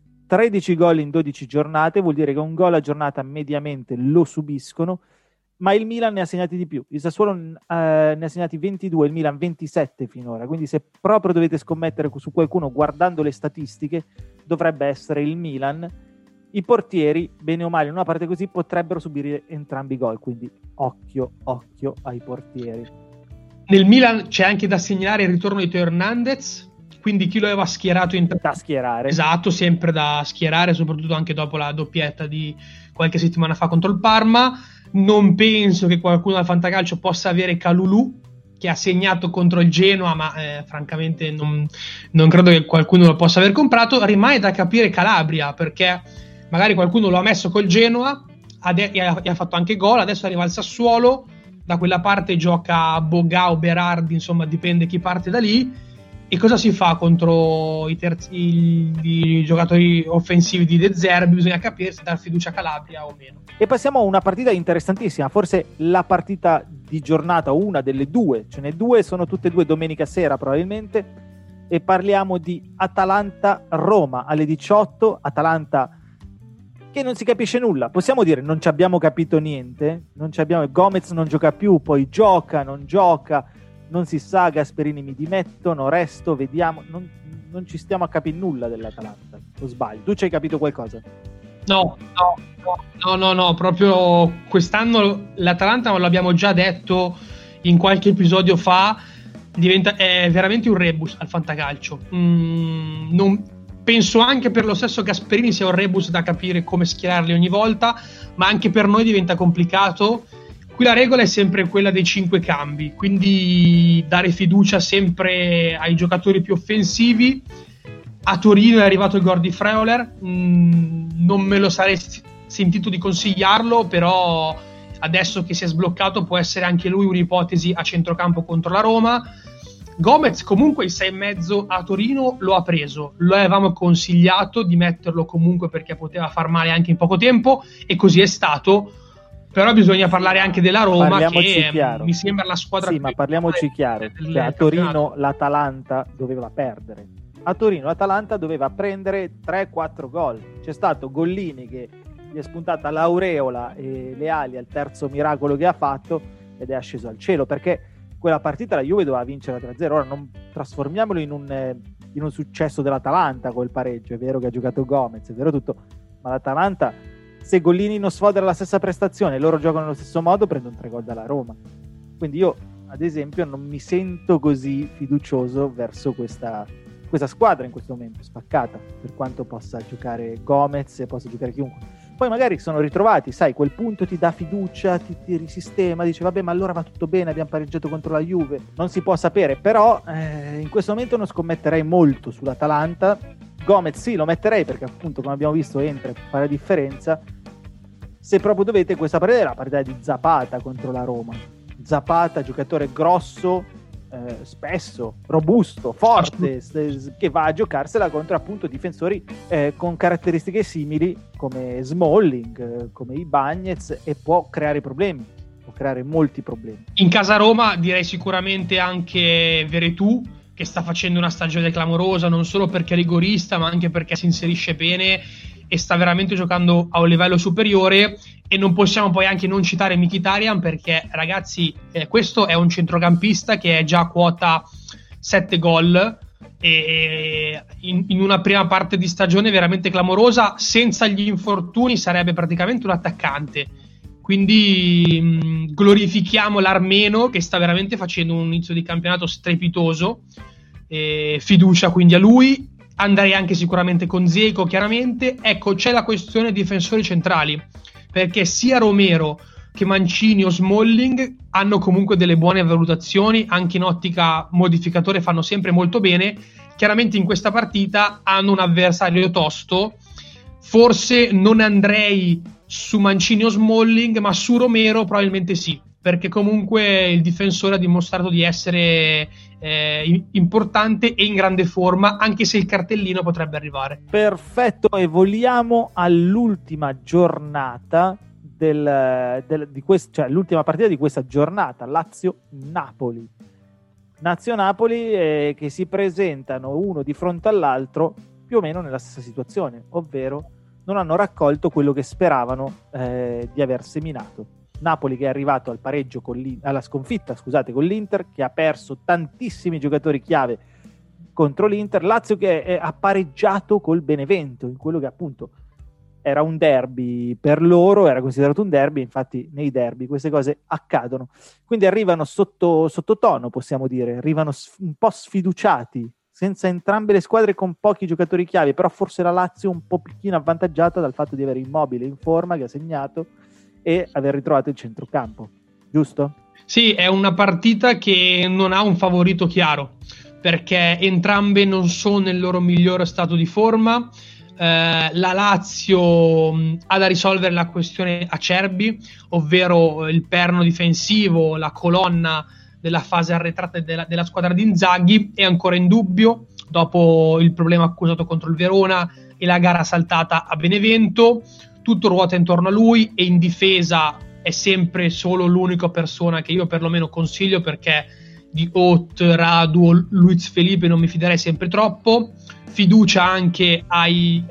13 gol in 12 giornate, vuol dire che un gol a giornata mediamente lo subiscono, ma il Milan ne ha segnati di più. Il Sassuolo ne ha segnati 22, il Milan 27 finora, quindi se proprio dovete scommettere su qualcuno guardando le statistiche, dovrebbe essere il Milan. I portieri, bene o male, in una parte così potrebbero subire entrambi i gol, quindi occhio ai portieri. Nel Milan c'è anche da segnalare il ritorno di Teo Hernandez, quindi chi lo aveva schierato da schierare. Esatto, sempre da schierare, soprattutto anche dopo la doppietta di qualche settimana fa contro il Parma. Non penso che qualcuno al fantacalcio possa avere Kalulu, che ha segnato contro il Genoa, ma francamente non credo che qualcuno lo possa aver comprato. Rimane da capire Calabria, perché magari qualcuno lo ha messo col Genoa e ha fatto anche gol, adesso arriva al Sassuolo, da quella parte gioca Boga o Berardi, insomma dipende chi parte da lì, E cosa si fa contro i giocatori offensivi di De Zerbi? Bisogna capire se dar fiducia a Calabria o meno. E passiamo a una partita interessantissima, forse la partita di giornata, una delle due, ce n'è due, sono tutte e due domenica sera probabilmente, e parliamo di Atalanta-Roma alle 18, Atalanta che non si capisce nulla, possiamo dire non ci abbiamo capito niente, Gomez non gioca più, poi gioca, non gioca, non si sa, Gasperini mi dimettono, resto, vediamo, non ci stiamo a capire nulla dell'Atalanta, o sbaglio? Tu ci hai capito qualcosa? No, proprio quest'anno l'Atalanta, l'abbiamo già detto in qualche episodio fa, è veramente un rebus al fantacalcio. Penso anche per lo stesso Gasperini sia un rebus da capire come schierarli ogni volta, ma anche per noi diventa complicato. Qui la regola è sempre quella dei 5 cambi, quindi dare fiducia sempre ai giocatori più offensivi. A Torino è arrivato il Gordi Freuler, non me lo sarei sentito di consigliarlo, però adesso che si è sbloccato può essere anche lui un'ipotesi a centrocampo contro la Roma. Gomez comunque il 6,5 a Torino lo ha preso, lo avevamo consigliato di metterlo comunque perché poteva far male anche in poco tempo e così è stato. Però bisogna parlare anche della Roma, che mi sembra la squadra più... Sì, ma parliamoci chiaro, a Torino l'Atalanta doveva perdere. A Torino l'Atalanta doveva prendere 3-4 gol. C'è stato Gollini che gli è spuntata l'aureola e le ali al terzo miracolo che ha fatto ed è asceso al cielo, perché quella partita la Juve doveva vincere 3-0. Ora non trasformiamolo in un successo dell'Atalanta col pareggio. È vero che ha giocato Gomez, è vero tutto, ma l'Atalanta, se Gollini non sfodera la stessa prestazione e loro giocano allo stesso modo, prendono 3 gol dalla Roma. Quindi io, ad esempio, non mi sento così fiducioso verso questa squadra in questo momento, spaccata, per quanto possa giocare Gomez e possa giocare chiunque. Poi magari sono ritrovati, sai, quel punto ti dà fiducia, ti risistema, dice vabbè, ma allora va tutto bene, abbiamo pareggiato contro la Juve. Non si può sapere, però in questo momento non scommetterei molto sull'Atalanta. Gomez sì, lo metterei perché appunto, come abbiamo visto, entra e fa la differenza. Se proprio dovete, questa partita è la partita di Zapata contro la Roma. Zapata, giocatore grosso, spesso, robusto, forte, che va a giocarsela contro appunto difensori con caratteristiche simili come Smalling, come Ibañez, e può creare problemi, può creare molti problemi. In casa Roma direi sicuramente anche Veretù, che sta facendo una stagione clamorosa, non solo perché è rigorista ma anche perché si inserisce bene e sta veramente giocando a un livello superiore. E non possiamo poi anche non citare Mkhitaryan, perché ragazzi, questo è un centrocampista che è già a quota 7 gol e in una prima parte di stagione veramente clamorosa. Senza gli infortuni sarebbe praticamente un attaccante, quindi glorifichiamo l'Armeno che sta veramente facendo un inizio di campionato strepitoso, fiducia quindi a lui. Andrei anche sicuramente con Dzeko, chiaramente. Ecco, c'è la questione difensori centrali, perché sia Romero che Mancini o Smalling hanno comunque delle buone valutazioni, anche in ottica modificatore fanno sempre molto bene. Chiaramente in questa partita hanno un avversario tosto, forse non andrei su Mancini o Smalling, ma su Romero probabilmente sì, perché comunque il difensore ha dimostrato di essere importante e in grande forma, anche se il cartellino potrebbe arrivare. Perfetto, e voliamo all'ultima giornata cioè l'ultima partita di questa giornata, Lazio-Napoli. Lazio-Napoli che si presentano uno di fronte all'altro più o meno nella stessa situazione, ovvero non hanno raccolto quello che speravano di aver seminato. Napoli che è arrivato al pareggio alla sconfitta, con l'Inter, che ha perso tantissimi giocatori chiave contro l'Inter. Lazio che ha pareggiato col Benevento, in quello che appunto era un derby per loro, era considerato un derby, infatti nei derby queste cose accadono. Quindi arrivano sottotono, possiamo dire, arrivano un po' sfiduciati, senza entrambe le squadre con pochi giocatori chiave, però forse la Lazio un po' più avvantaggiata dal fatto di avere Immobile in forma, che ha segnato, e aver ritrovato il centrocampo, giusto? Sì, è una partita che non ha un favorito chiaro, perché entrambe non sono nel loro migliore stato di forma. La Lazio ha da risolvere la questione Acerbi, ovvero il perno difensivo, la colonna della fase arretrata della squadra di Inzaghi, è ancora in dubbio dopo il problema accusato contro il Verona e la gara saltata a Benevento. Tutto ruota intorno a lui e in difesa è sempre solo l'unica persona che io perlomeno consiglio, perché di Haute, Radu o Luiz Felipe non mi fiderei sempre troppo. Fiducia anche ai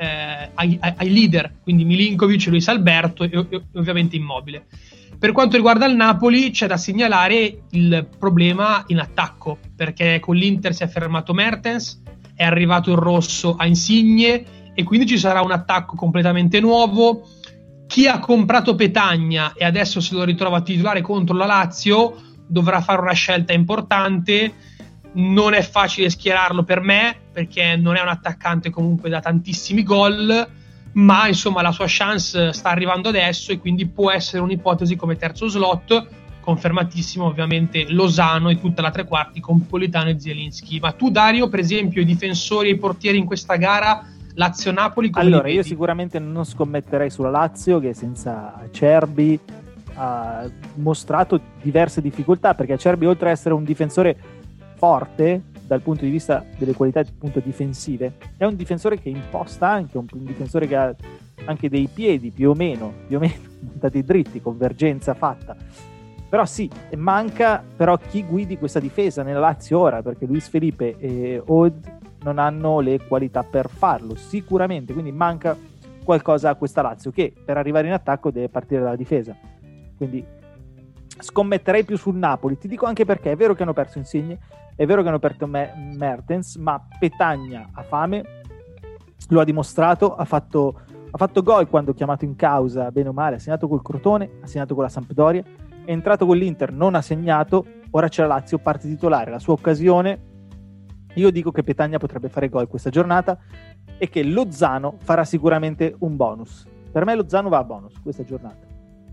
leader, quindi Milinkovic, Luis Alberto e ovviamente Immobile. Per quanto riguarda il Napoli c'è da segnalare il problema in attacco, perché con l'Inter si è fermato Mertens, è arrivato il rosso a Insigne e quindi ci sarà un attacco completamente nuovo. Chi ha comprato Petagna e adesso se lo ritrova titolare contro la Lazio dovrà fare una scelta importante. Non è facile schierarlo per me, perché non è un attaccante comunque da tantissimi gol, ma insomma la sua chance sta arrivando adesso e quindi può essere un'ipotesi come terzo slot. Confermatissimo ovviamente Lozano e tutta la tre quarti con Politano e Zielinski. Ma tu, Dario, per esempio i difensori e i portieri in questa gara Lazio-Napoli come allora li vedi? Io sicuramente non scommetterei sulla Lazio, che senza Acerbi ha mostrato diverse difficoltà, perché Acerbi, oltre a essere un difensore forte dal punto di vista delle qualità appunto difensive, è un difensore che imposta anche, un difensore che ha anche dei piedi più o meno montati dritti, convergenza fatta. Però sì, manca però chi guidi questa difesa nella Lazio ora, perché Luis Felipe e Aude non hanno le qualità per farlo sicuramente, quindi manca qualcosa a questa Lazio, che per arrivare in attacco deve partire dalla difesa. Quindi scommetterei più sul Napoli. Ti dico anche perché è vero che hanno perso Insigne, è vero che hanno perso Mertens, ma Petagna ha fame, lo ha dimostrato, ha fatto gol quando chiamato in causa, bene o male, ha segnato col Crotone, ha segnato con la Sampdoria, è entrato con l'Inter, non ha segnato, ora c'è la Lazio, parte titolare, la sua occasione. Io dico che Petagna potrebbe fare gol questa giornata e che Lozano farà sicuramente un bonus. Per me Lozano va a bonus questa giornata.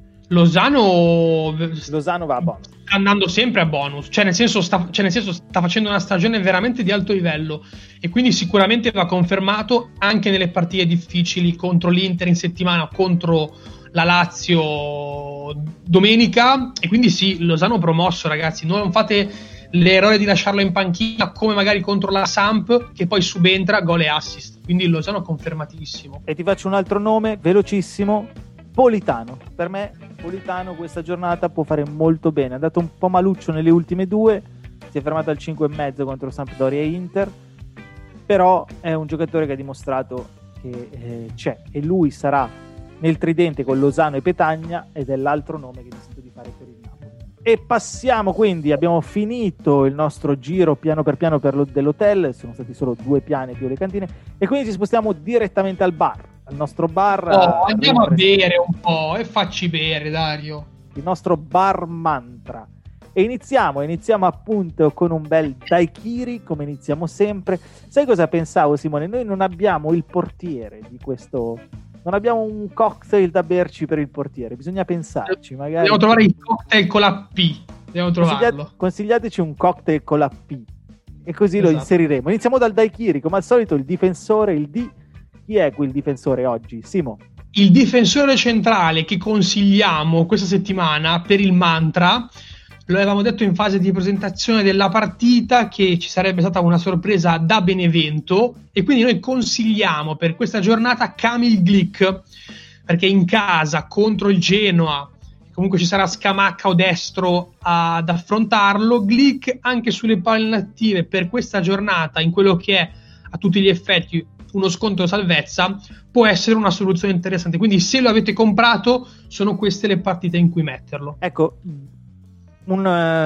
Lozano va a bonus. Sta andando sempre a bonus, cioè nel senso sta facendo una stagione veramente di alto livello e quindi sicuramente va confermato anche nelle partite difficili contro l'Inter in settimana, contro la Lazio domenica. E quindi sì, Lozano promosso, ragazzi, non fate l'errore di lasciarlo in panchina come magari contro la Samp, che poi subentra gol e assist. Quindi Lozano confermatissimo. E ti faccio un altro nome velocissimo: Politano. Per me Politano questa giornata può fare molto bene, è andato un po' maluccio nelle ultime due, si è fermato al 5,5 contro Sampdoria e Inter, però è un giocatore che ha dimostrato che c'è, e lui sarà nel tridente con Lozano e Petagna, ed è l'altro nome che mi sento di fare per il Napoli. E passiamo quindi, abbiamo finito il nostro giro piano per piano dell'hotel, sono stati solo 2 piani più le cantine, e quindi ci spostiamo direttamente al bar. Al nostro bar andiamo a bere un po' e facci bere, Dario, il nostro bar mantra, e iniziamo appunto con un bel daiquiri, come iniziamo sempre. Sai cosa pensavo, Simone? Noi non abbiamo il portiere di questo, non abbiamo un cocktail da berci per il portiere, bisogna pensarci, magari dobbiamo trovare il cocktail con la P, dobbiamo trovarlo. Consigliateci un cocktail con la P e così lo inseriremo. Iniziamo dal daiquiri, come al solito il difensore, il D. Chi è quel difensore oggi, Simo? Il difensore centrale che consigliamo questa settimana per il mantra, lo avevamo detto in fase di presentazione della partita che ci sarebbe stata una sorpresa da Benevento, e quindi noi consigliamo per questa giornata Kamil Glik, perché in casa contro il Genoa comunque ci sarà Scamacca o destro ad affrontarlo. Glik anche sulle palle inattive per questa giornata, in quello che è a tutti gli effetti uno sconto salvezza, può essere una soluzione interessante. Quindi se lo avete comprato, sono queste le partite in cui metterlo. Ecco, un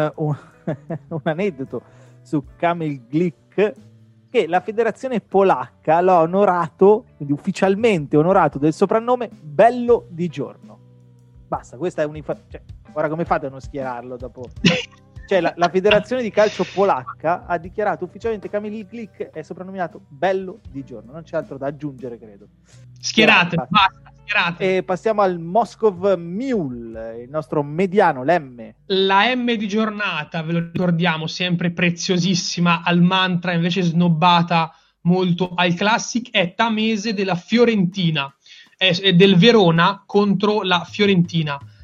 aneddoto su Kamil Glik, che la federazione polacca l'ha onorato, quindi ufficialmente onorato del soprannome Bello di Giorno. Basta, questa è ora come fate a non schierarlo dopo? Cioè la federazione di calcio polacca ha dichiarato ufficialmente Kamil Glik è soprannominato Bello di Giorno, non c'è altro da aggiungere, credo. Schierate, basta, schierate. E passiamo al Moskov Mule, il nostro mediano, l'M. La M di giornata, ve lo ricordiamo, sempre preziosissima al mantra, invece snobbata molto al classic, è Tamese della Fiorentina, è del Verona contro la Fiorentina.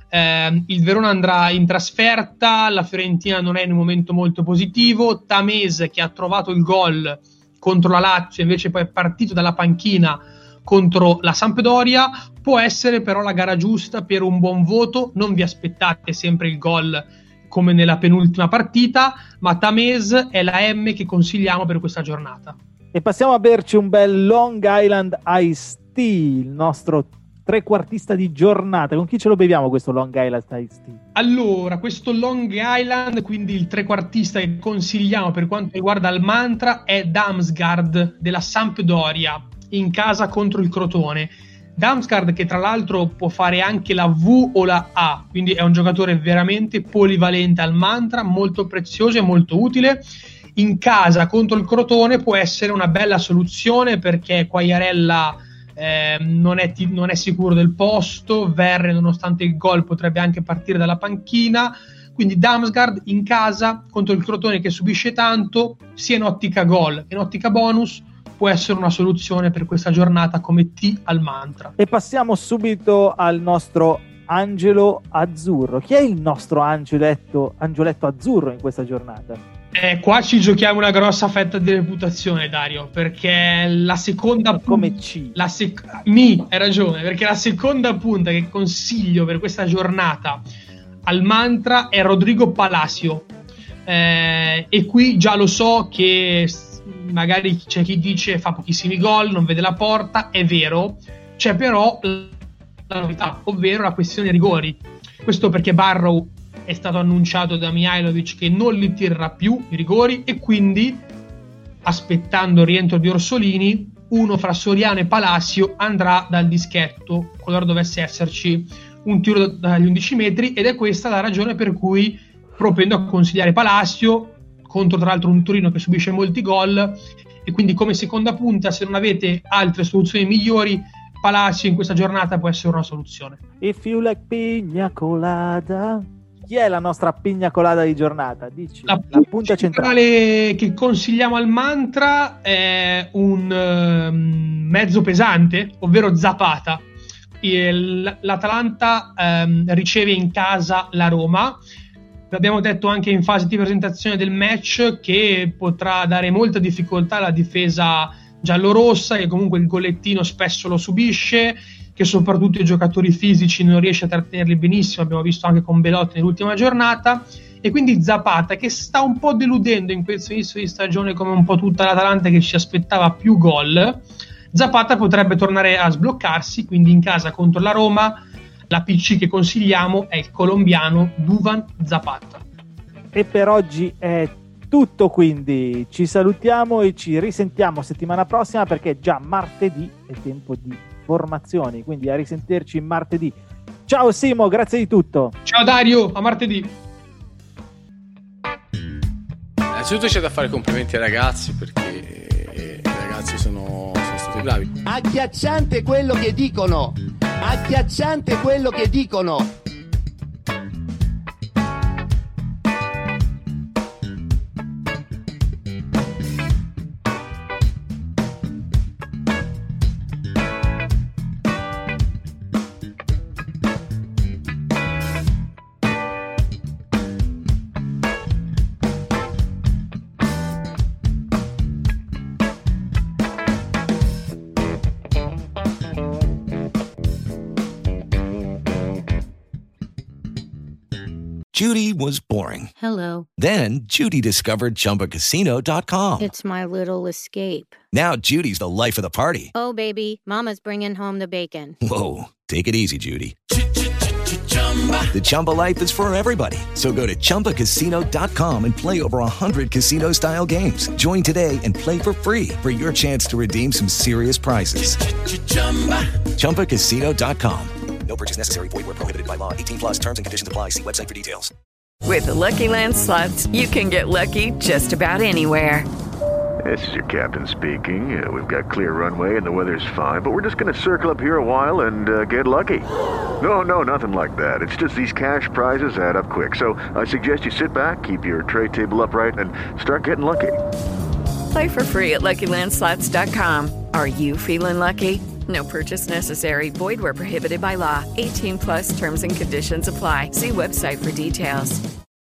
Il Verona andrà in trasferta, la Fiorentina non è in un momento molto positivo, Tamese, che ha trovato il gol contro la Lazio, invece poi è partito dalla panchina contro la Sampdoria, può essere però la gara giusta per un buon voto. Non vi aspettate sempre il gol come nella penultima partita, ma Tamese è la M che consigliamo per questa giornata. E passiamo a berci un bel Long Island Iced Tea, il nostro trequartista di giornata. Con chi ce lo beviamo questo Long Island Iced Tea? Allora, questo Long Island, quindi il trequartista che consigliamo per quanto riguarda il mantra, è Damsgaard della Sampdoria, in casa contro il Crotone. Damsgaard, che tra l'altro può fare anche la V o la A, quindi è un giocatore veramente polivalente al mantra, molto prezioso e molto utile. In casa contro il Crotone può essere una bella soluzione, perché Quagliarella non è sicuro del posto, Verre nonostante il gol potrebbe anche partire dalla panchina, quindi Damsgaard in casa contro il Crotone che subisce tanto, sia in ottica gol che in ottica bonus, può essere una soluzione per questa giornata come T al mantra. E passiamo subito al nostro Angelo Azzurro. Chi è il nostro angioletto azzurro in questa giornata? Qua ci giochiamo una grossa fetta di reputazione, Dario, perché la seconda hai ragione, perché la seconda punta che consiglio per questa giornata al mantra è Rodrigo Palacio, e qui già lo so che magari c'è chi dice fa pochissimi gol, non vede la porta, è vero, c'è però la novità, ovvero la questione rigori. Questo perché Barrow è stato annunciato da Mihajlovic che non li tirerà più i rigori, e quindi, aspettando il rientro di Orsolini, uno fra Soriano e Palacio andrà dal dischetto qualora dovesse esserci un tiro dagli 11 metri, ed è questa la ragione per cui propendo a consigliare Palacio contro tra l'altro un Torino che subisce molti gol, e quindi come seconda punta, se non avete altre soluzioni migliori, Palacio in questa giornata può essere una soluzione. If you like pina colada. Chi è la nostra pina colada di giornata? Dici, la punta centrale che consigliamo al mantra è un mezzo pesante, ovvero Zapata. L'Atalanta riceve in casa la Roma. L'abbiamo detto anche in fase di presentazione del match che potrà dare molta difficoltà alla difesa giallorossa, che comunque il golettino spesso lo subisce, che soprattutto i giocatori fisici non riesce a trattenerli benissimo, abbiamo visto anche con Belotti nell'ultima giornata, e quindi Zapata, che sta un po' deludendo in questo inizio di stagione come un po' tutta l'Atalanta che ci aspettava più gol, Zapata potrebbe tornare a sbloccarsi, quindi in casa contro la Roma la PC che consigliamo è il colombiano Duvan Zapata. E per oggi è tutto, quindi ci salutiamo e ci risentiamo settimana prossima, perché già martedì è tempo di formazioni, quindi a risentirci martedì. Ciao Simo, grazie di tutto. Ciao Dario, a martedì. Innanzitutto c'è da fare complimenti ai ragazzi, perché i ragazzi sono stati bravi. Agghiacciante quello che dicono. Agghiacciante quello che dicono. Judy was boring. Hello. Then Judy discovered ChumbaCasino.com. It's my little escape. Now Judy's the life of the party. Oh, baby, mama's bringing home the bacon. Whoa, take it easy, Judy. The Chumba life is for everybody. So go to ChumbaCasino.com and play over 100 casino-style games. Join today and play for free for your chance to redeem some serious prizes. ChumbaCasino.com. No purchase necessary. Void where prohibited by law. 18 plus terms and conditions apply. See website for details. With the Lucky Land Slots, you can get lucky just about anywhere. This is your captain speaking. We've got clear runway and the weather's fine, but we're just going to circle up here a while and get lucky. No, nothing like that. It's just these cash prizes add up quick. So I suggest you sit back, keep your tray table upright, and start getting lucky. Play for free at LuckyLandSlots.com. Are you feeling lucky? No purchase necessary. Void where prohibited by law. 18+ terms and conditions apply. See website for details.